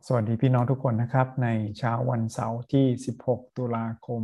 สวัสดีพี่น้องทุกคนนะครับในเช้าวันเสาร์ที่16ตุลาคม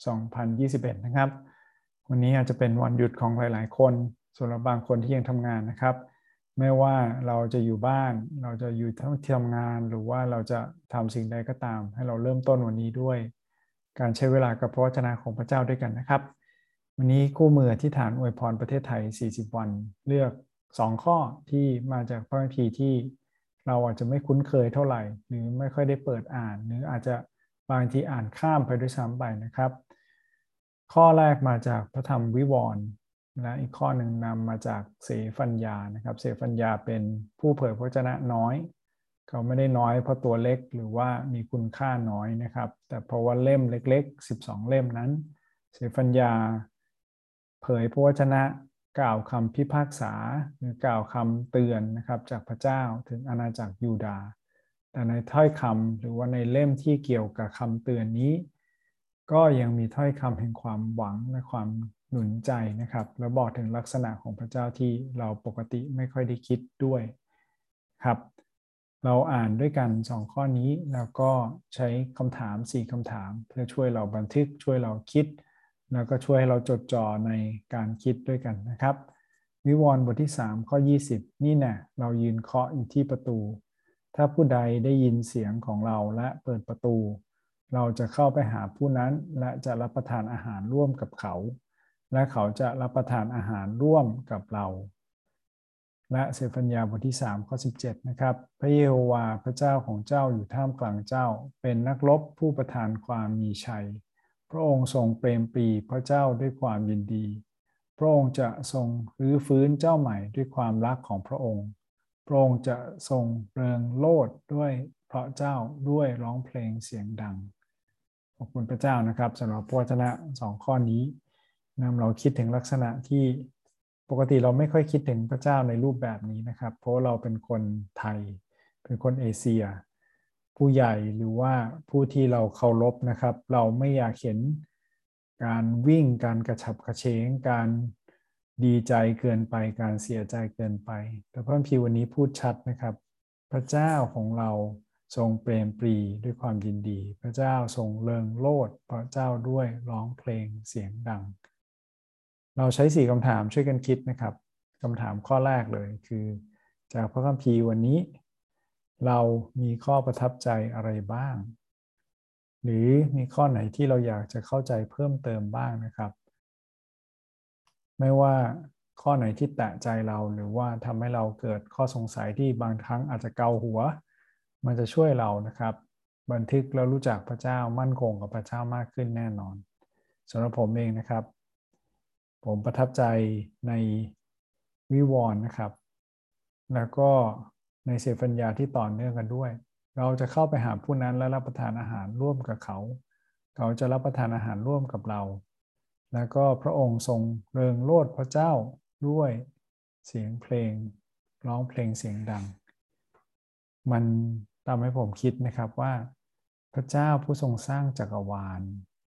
2021นะครับวันนี้อาจจะเป็นวันหยุดของหลายๆคนส่วนบางคนที่ยังทำงานนะครับไม่ว่าเราจะอยู่บ้านเราจะอยู่ที่ทำงานหรือว่าเราจะทำสิ่งใดก็ตามให้เราเริ่มต้นวันนี้ด้วยการใช้เวลากับพระวจนะของพระเจ้าด้วยกันนะครับวันนี้คู่มือที่ฐานอวยพรประเทศไทย40วันเลือก2ข้อที่มาจากพระคัมภีร์ที่เราอาจจะไม่คุ้นเคยเท่าไหร่หรือไม่ค่อยได้เปิดอ่านหรืออาจจะบางทีอ่านข้ามไปด้วยซ้ำไปนะครับข้อแรกมาจากพระธรรมวิวรณ์และอีกข้อหนึ่งนำมาจากเสฟัญญานะครับเสฟัญญาเป็นผู้เผยพระวจนะน้อยเขาไม่ได้น้อยเพราะตัวเล็กหรือว่ามีคุณค่าน้อยนะครับแต่เพราะว่าเล่มเล็กๆ12เล่มนั้นเสฟัญญาเผยพระวจนะกล่าวคำพิพากษาหรือกล่าวคำเตือนนะครับจากพระเจ้าถึงอาณาจักรยูดาห์แต่ในถ้อยคำหรือว่าในเล่มที่เกี่ยวกับคำเตือนนี้ก็ยังมีถ้อยคำแห่งความหวังและความหนุนใจนะครับแล้วบอกถึงลักษณะของพระเจ้าที่เราปกติไม่ค่อยได้คิดด้วยครับเราอ่านด้วยกัน2ข้อนี้แล้วก็ใช้คำถาม4คำถามเพื่อช่วยเราบันทึกช่วยเราคิดแล้วก็ช่วยให้เราจดจ่อในการคิดด้วยกันนะครับวิวรณ์บทที่3ข้อ20นี่แน่เรายืนเคาะอยู่ที่ประตูถ้าผู้ใดได้ยินเสียงของเราและเปิดประตูเราจะเข้าไปหาผู้นั้นและจะรับประทานอาหารร่วมกับเขาและเขาจะรับประทานอาหารร่วมกับเราและเสฟัญญาบทที่3ข้อ17นะครับพระเยโฮวาห์พระเจ้าของเจ้าอยู่ท่ามกลางเจ้าเป็นนักรบผู้ประทานความมีชัยพระองค์ทรงเปรมปรีพระเจ้าด้วยความยินดีพระองค์จะทรงรื้อฟื้นเจ้าใหม่ด้วยความรักของพระองค์พระองค์จะทรงเริงโลดด้วยเพราะเจ้าด้วยร้องเพลงเสียงดังขอบคุณพระเจ้านะครับสำหรับพระวจนะ2ข้อนี้นำเราคิดถึงลักษณะที่ปกติเราไม่ค่อยคิดถึงพระเจ้าในรูปแบบนี้นะครับเพราะเราเป็นคนไทยเป็นคนเอเชียผู้ใหญ่หรือว่าผู้ที่เราเคารพนะครับเราไม่อยากเห็นการวิ่งการกระฉับกระเฉงการดีใจเกินไปการเสียใจเกินไปแต่พระคัมภีร์วันนี้พูดชัดนะครับพระเจ้าของเราทรงเปรมปรีด้วยความยินดีพระเจ้าทรงเริงโลดพระเจ้าด้วยร้องเพลงเสียงดังเราใช้4คำถามช่วยกันคิดนะครับคำถามข้อแรกเลยคือจากพระคัมภีร์วันนี้เรามีข้อประทับใจอะไรบ้างหรือมีข้อไหนที่เราอยากจะเข้าใจเพิ่มเติมบ้างนะครับไม่ว่าข้อไหนที่แตะใจเราหรือว่าทำให้เราเกิดข้อสงสัยที่บางครั้งอาจจะเกาหัวมันจะช่วยเรานะครับบันทึกแล้วรู้จักพระเจ้ามั่นคงกับพระเจ้ามากขึ้นแน่นอนสำหรับผมเองนะครับผมประทับใจในวิวรณ์นะครับแล้วก็ในเสฟัญญาที่ต่อเนื่องกันด้วยเราจะเข้าไปหาผู้นั้นและรับประทานอาหารร่วมกับเขาเขาจะรับประทานอาหารร่วมกับเราแล้วก็พระองค์ทรงเริงโลดพระเจ้าด้วยเสียงเพลงร้องเพลงเสียงดังมันทำให้ผมคิดนะครับว่าพระเจ้าผู้ทรงสร้างจักรวาล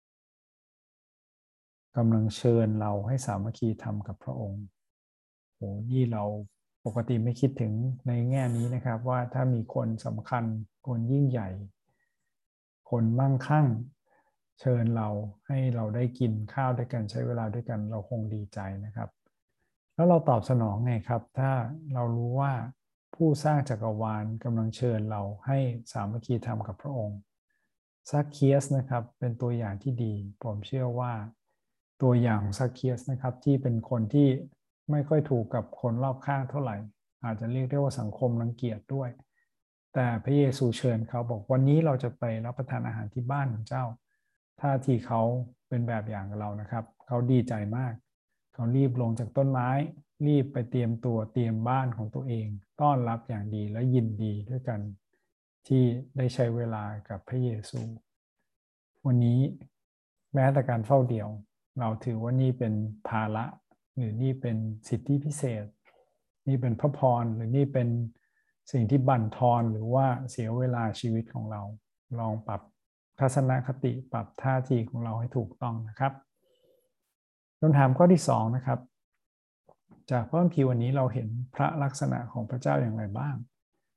กำลังเชิญเราให้สามัคคีธรรมกับพระองค์โหนี่เราปกติไม่คิดถึงในแง่นี้นะครับว่าถ้ามีคนสำคัญคนยิ่งใหญ่คนมั่งคั่งเชิญเราให้เราได้กินข้าวด้วยกันใช้เวลาด้วยกันเราคงดีใจนะครับแล้วเราตอบสนองไงครับถ้าเรารู้ว่าผู้สร้างจักรวาลกำลังเชิญเราให้สามัคคีธรรมกับพระองค์ ซักเคียสนะครับเป็นตัวอย่างที่ดีผมเชื่อว่าตัวอย่างของซักเคียสนะครับที่เป็นคนที่ไม่ค่อยถูกกับคนรอบข้างเท่าไหร่อาจจะเรียกได้ว่าสังคมรังเกียจด้วยแต่พระเยซูเชิญเขาบอกวันนี้เราจะไปรับประทานอาหารที่บ้านของเจ้าท่าทีเขาเป็นแบบอย่างกับเรานะครับเขาดีใจมากเขารีบลงจากต้นไม้รีบไปเตรียมตัวเตรียมบ้านของตัวเองต้อนรับอย่างดีและยินดีด้วยกันที่ได้ใช้เวลากับพระเยซู วันนี้แม้แต่การเฝ้าเดี่ยวเราถือว่านี่เป็นภาระหรือนี่เป็นสิทธิพิเศษนี่เป็นพระพรหรือนี่เป็นสิ่งที่บั่นทอนหรือว่าเสียเวลาชีวิตของเราลองปรับทัศนคติปรับท่าทีของเราให้ถูกต้องนะครับคำถามข้อที่2นะครับจากพระคัมภีร์วันนี้เราเห็นพระลักษณะของพระเจ้าอย่างไรบ้าง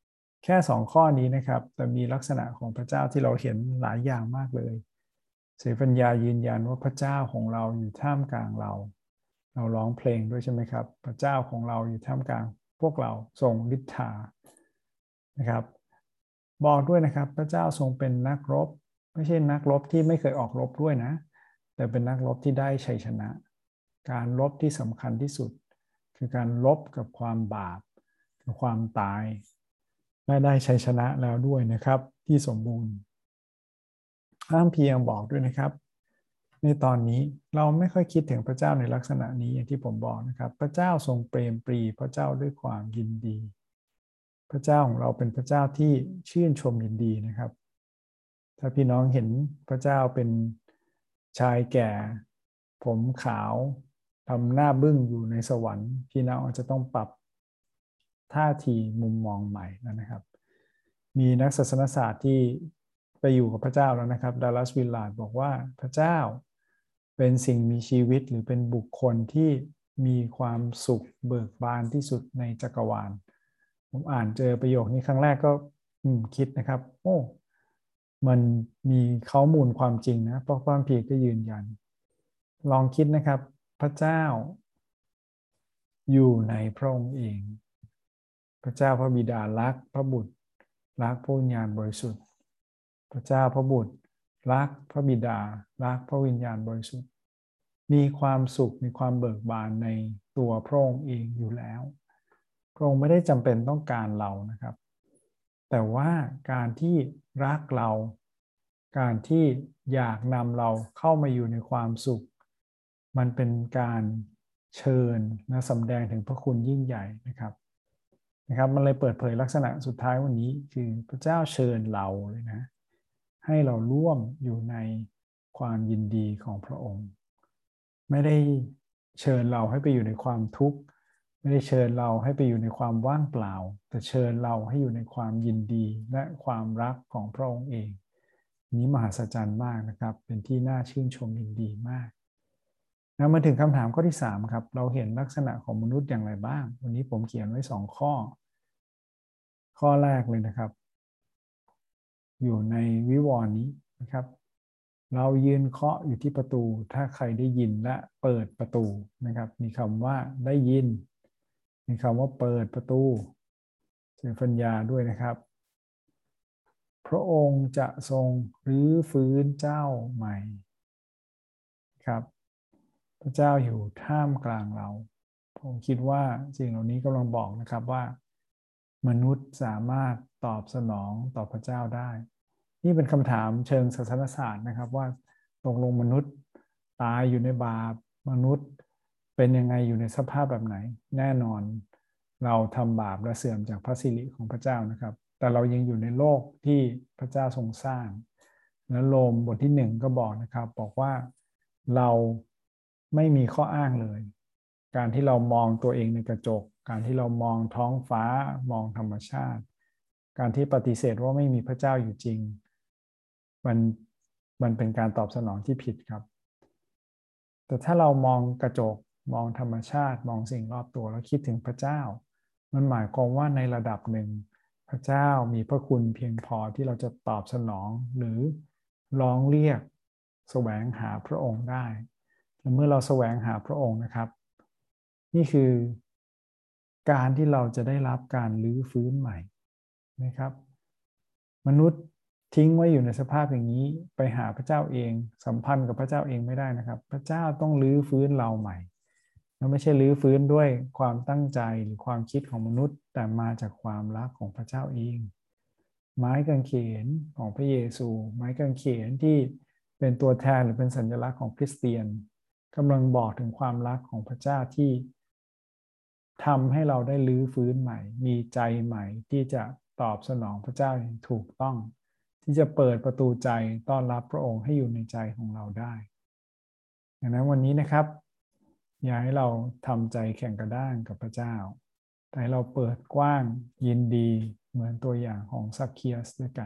แค่2ข้อนี้นะครับแต่มีลักษณะของพระเจ้าที่เราเห็นหลายอย่างมากเลยเสปัญญายืนยันว่าพระเจ้าของเราอยู่ท่ามกลางเราร้องเพลงด้วยใช่ไหมครับพระเจ้าของเราอยู่ท่ามกลางพวกเราทรงฤทธานะครับบอกด้วยนะครับพระเจ้าทรงเป็นนักรบไม่ใช่นักรบที่ไม่เคยออกรบด้วยนะแต่เป็นนักรบที่ได้ชัยชนะ การรบที่สำคัญที่สุดคือการรบกับความบาปกับความตายและได้ชัยชนะแล้วด้วยนะครับที่สมบูรณ์พระคัมภีร์ยังบอกด้วยนะครับในตอนนี้เราไม่ค่อยคิดถึงพระเจ้าในลักษณะนี้อย่างที่ผมบอกนะครับพระเจ้าทรงเปรมปรีพระเจ้าด้วยความยินดีพระเจ้าของเราเป็นพระเจ้าที่ชื่นชมยินดีนะครับถ้าพี่น้องเห็นพระเจ้าเป็นชายแก่ผมขาวทำหน้าบึ้งอยู่ในสวรรค์พี่น้องจะต้องปรับท่าทีมุมมองใหม่นะครับมีนักศาสนศาสตร์ที่ไปอยู่กับพระเจ้าแล้วนะครับดัลลัสวิลลาร์ดบอกว่าพระเจ้าเป็นสิ่งมีชีวิตหรือเป็นบุคคลที่มีความสุขเบิกบานที่สุดในจักรวาลผมอ่านเจอประโยคนี้ครั้งแรกก็คิดนะครับโอ้มันมีข้อมูลความจริงนะเพราะพระคัมภีร์ก็ยืนยันลองคิดนะครับพระเจ้าอยู่ในพระองค์เองพระเจ้าพระบิดารักพระบุตรรักพระวิญญาณบริสุทธิ์พระเจ้าพระบุตรรักพระบิดารักพระวิญญาณบริสุทธิ์มีความสุขมีความเบิกบานในตัวพระองค์เองอยู่แล้วพระองค์ไม่ได้จำเป็นต้องการเรานะครับแต่ว่าการที่รักเราการที่อยากนำเราเข้ามาอยู่ในความสุขมันเป็นการเชิญและสำแดงถึงพระคุณยิ่งใหญ่นะครับมันเลยเปิดเผยลักษณะสุดท้ายวันนี้คือพระเจ้าเชิญเราเลยนะให้เราร่วมอยู่ในความยินดีของพระองค์ไม่ได้เชิญเราให้ไปอยู่ในความทุกข์ไม่ได้เชิญเราให้ไปอยู่ในความว่างเปล่าแต่เชิญเราให้อยู่ในความยินดีและความรักของพระองค์เองนี้มหัศจรรย์มากนะครับเป็นที่น่าชื่นชมยินดีมากมาถึงคำถามข้อที่3ครับเราเห็นลักษณะของมนุษย์อย่างไรบ้างวันนี้ผมเขียนไว้2ข้อแรกเลยนะครับอยู่ในวิวรณ์นี้นะครับเรายืนเคาะอยู่ที่ประตูถ้าใครได้ยินและเปิดประตูนะครับมีคำว่าได้ยินมีคำว่าเปิดประตูเสียงฟัญญาด้วยนะครับพระองค์จะทรงรื้อฟื้นเจ้าใหม่ครับพระเจ้าอยู่ท่ามกลางเราผมคิดว่าสิ่งเหล่านี้กำลังบอกนะครับว่ามนุษย์สามารถตอบสนองต่อพระเจ้าได้นี่เป็นคำถามเชิงศาสนศาสตร์นะครับว่าตกลงมนุษย์ตายอยู่ในบาปมนุษย์เป็นยังไงอยู่ในสภาพแบบไหนแน่นอนเราทำบาปและเสื่อมจากพระสิริของพระเจ้านะครับแต่เรายังอยู่ในโลกที่พระเจ้าทรงสร้างและโรมบทที่1ก็บอกนะครับบอกว่าเราไม่มีข้ออ้างเลยการที่เรามองตัวเองในกระจกการที่เรามองท้องฟ้ามองธรรมชาติการที่ปฏิเสธว่าไม่มีพระเจ้าอยู่จริงมันเป็นการตอบสนองที่ผิดครับแต่ถ้าเรามองกระจกมองธรรมชาติมองสิ่งรอบตัวแล้วคิดถึงพระเจ้ามันหมายความว่าในระดับหนึ่งพระเจ้ามีพระคุณเพียงพอที่เราจะตอบสนองหรือร้องเรียกแสวงหาพระองค์ได้และเมื่อเราแสวงหาพระองค์นะครับนี่คือการที่เราจะได้รับการรื้อฟื้นใหม่นะครับมนุษย์ทิ้งไว้อยู่ในสภาพอย่างนี้ไปหาพระเจ้าเองสัมพันธ์กับพระเจ้าเองไม่ได้นะครับพระเจ้าต้องรื้อฟื้นเราใหม่และไม่ใช่รื้อฟื้นด้วยความตั้งใจหรือความคิดของมนุษย์แต่มาจากความรักของพระเจ้าเองไม้กางเขนของพระเยซูไม้กางเขนที่เป็นตัวแทนหรือเป็นสัญลักษณ์ของคริสเตียนกำลังบอกถึงความรักของพระเจ้าที่ทำให้เราได้รื้อฟื้นใหม่มีใจใหม่ที่จะตอบสนองพระเจ้าอย่างถูกต้องที่จะเปิดประตูใจต้อนรับพระองค์ให้อยู่ในใจของเราได้ดังนั้นวันนี้นะครับอย่าให้เราทำใจแข่งกระด้างกับพระเจ้าแต่ให้เราเปิดกว้างยินดีเหมือนตัวอย่างของซักเคียสด้วยกัน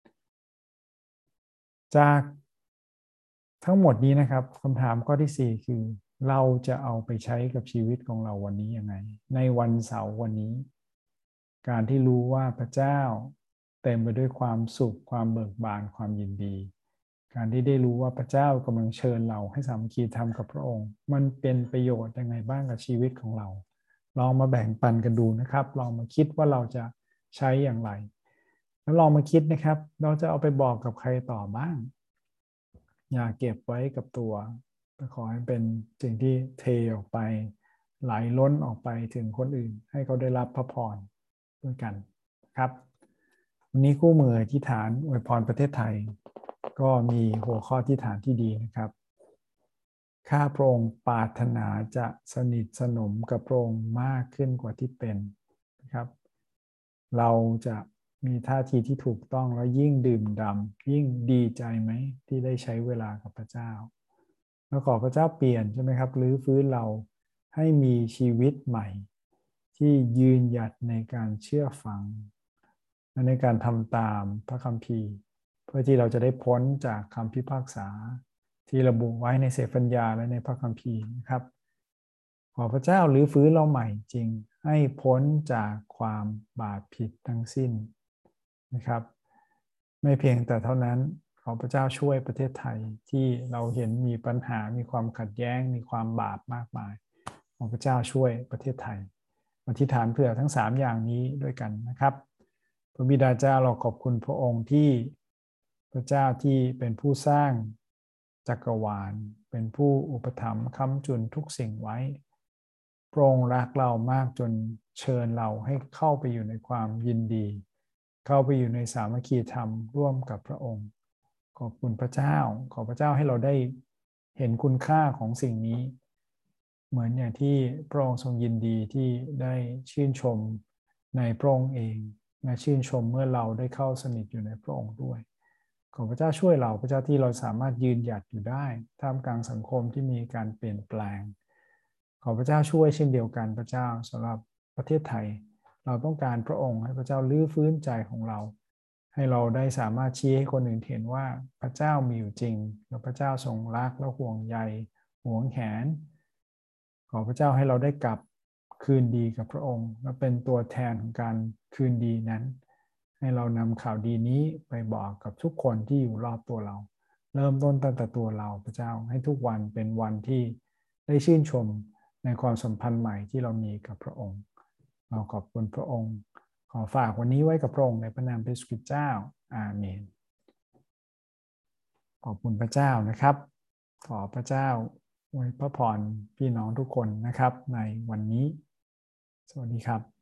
จากทั้งหมดนี้นะครับคำถามข้อที่4คือเราจะเอาไปใช้กับชีวิตของเราวันนี้ยังไงในวันเสาร์วันนี้การที่รู้ว่าพระเจ้าเต็มไปด้วยความสุขความเบิกบานความยินดีการที่ได้รู้ว่าพระเจ้ากำลังเชิญเราให้สามัคคีธรรมกับพระองค์มันเป็นประโยชน์ยังไงบ้างกับชีวิตของเราลองมาแบ่งปันกันดูนะครับลองมาคิดว่าเราจะใช้อย่างไรแล้วลองมาคิดนะครับเราจะเอาไปบอกกับใครต่อบ้างอย่าเก็บไว้กับตัวขอให้เป็นสิ่งที่เทออกไปไหลล้นออกไปถึงคนอื่นให้เขาได้รับพระพรด้วยกันครับวันนี้คู่มือที่ฐานอวยพรประเทศไทยก็มีหัวข้อที่ฐานที่ดีนะครับข้าพระองค์ปรารถนาจะสนิทสนมกับพระองค์มากขึ้นกว่าที่เป็นนะครับเราจะมีท่าทีที่ถูกต้องแล้วยิ่งดื่มด่ำยิ่งดีใจไหมที่ได้ใช้เวลากับพระเจ้าแล้วขอพระเจ้าเปลี่ยนใช่ไหมครับรื้อฟื้นเราให้มีชีวิตใหม่ที่ยืนหยัดในการเชื่อฟังและในการทำตามพระคัมภีร์เพื่อที่เราจะได้พ้นจากคำพิพากษาที่ระบุไว้ในเสพปัญญาและในพระคัมภีร์นะครับขอพระเจ้ารื้อฟื้นเราใหม่จริงให้พ้นจากความบาปผิดทั้งสิ้นนะครับไม่เพียงแต่เท่านั้นขอพระเจ้าช่วยประเทศไทยที่เราเห็นมีปัญหามีความขัดแย้งมีความบาปมากมายขอพระเจ้าช่วยประเทศไทยอธิษฐานเผื่อทั้ง3อย่างนี้ด้วยกันนะครับพระบิดาเจ้าเราขอบคุณพระองค์ที่พระเจ้าที่เป็นผู้สร้างจักรวาลเป็นผู้อุปถัมภ์ค้ำจุนทุกสิ่งไว้พระองค์รักเรามากจนเชิญเราให้เข้าไปอยู่ในความยินดีเข้าไปอยู่ในสามัคคีธรรมร่วมกับพระองค์ขอบคุณพระเจ้าขอพระเจ้าให้เราได้เห็นคุณค่าของสิ่งนี้เหมือนอย่างที่พระองค์ทรงยินดีที่ได้ชื่นชมในพระองค์เองและชื่นชมเมื่อเราได้เข้าสนิทอยู่ในพระองค์ด้วยขอพระเจ้าช่วยเราพระเจ้าที่เราสามารถยืนหยัดอยู่ได้ท่ามกลางสังคมที่มีการเปลี่ยนแปลงขอพระเจ้าช่วยเช่นเดียวกันพระเจ้าสำหรับประเทศไทยเราต้องการพระองค์ให้พระเจ้าลื้อฟื้นใจของเราให้เราได้สามารถชี้ให้คนอื่นเห็นว่าพระเจ้ามีอยู่จริงและพระเจ้าทรงรักและห่วงใยหวงแหนขอพระเจ้าให้เราได้กลับคืนดีกับพระองค์และเป็นตัวแทนของการคืนดีนั้นให้เรานำข่าวดีนี้ไปบอกกับทุกคนที่อยู่รอบตัวเราเริ่มต้นตั้งแต่ตัวเราพระเจ้าให้ทุกวันเป็นวันที่ได้ชื่นชมในความสัมพันธ์ใหม่ที่เรามีกับพระองค์เราขอบคุณพระองค์ขอฝากวันนี้ไว้กับพระองค์ในพระนามพระเยซูคริสต์เจ้าอาเมนขอบคุณพระเจ้านะครับขอพระเจ้าอวยพระพรพี่น้องทุกคนนะครับในวันนี้สวัสดีครับ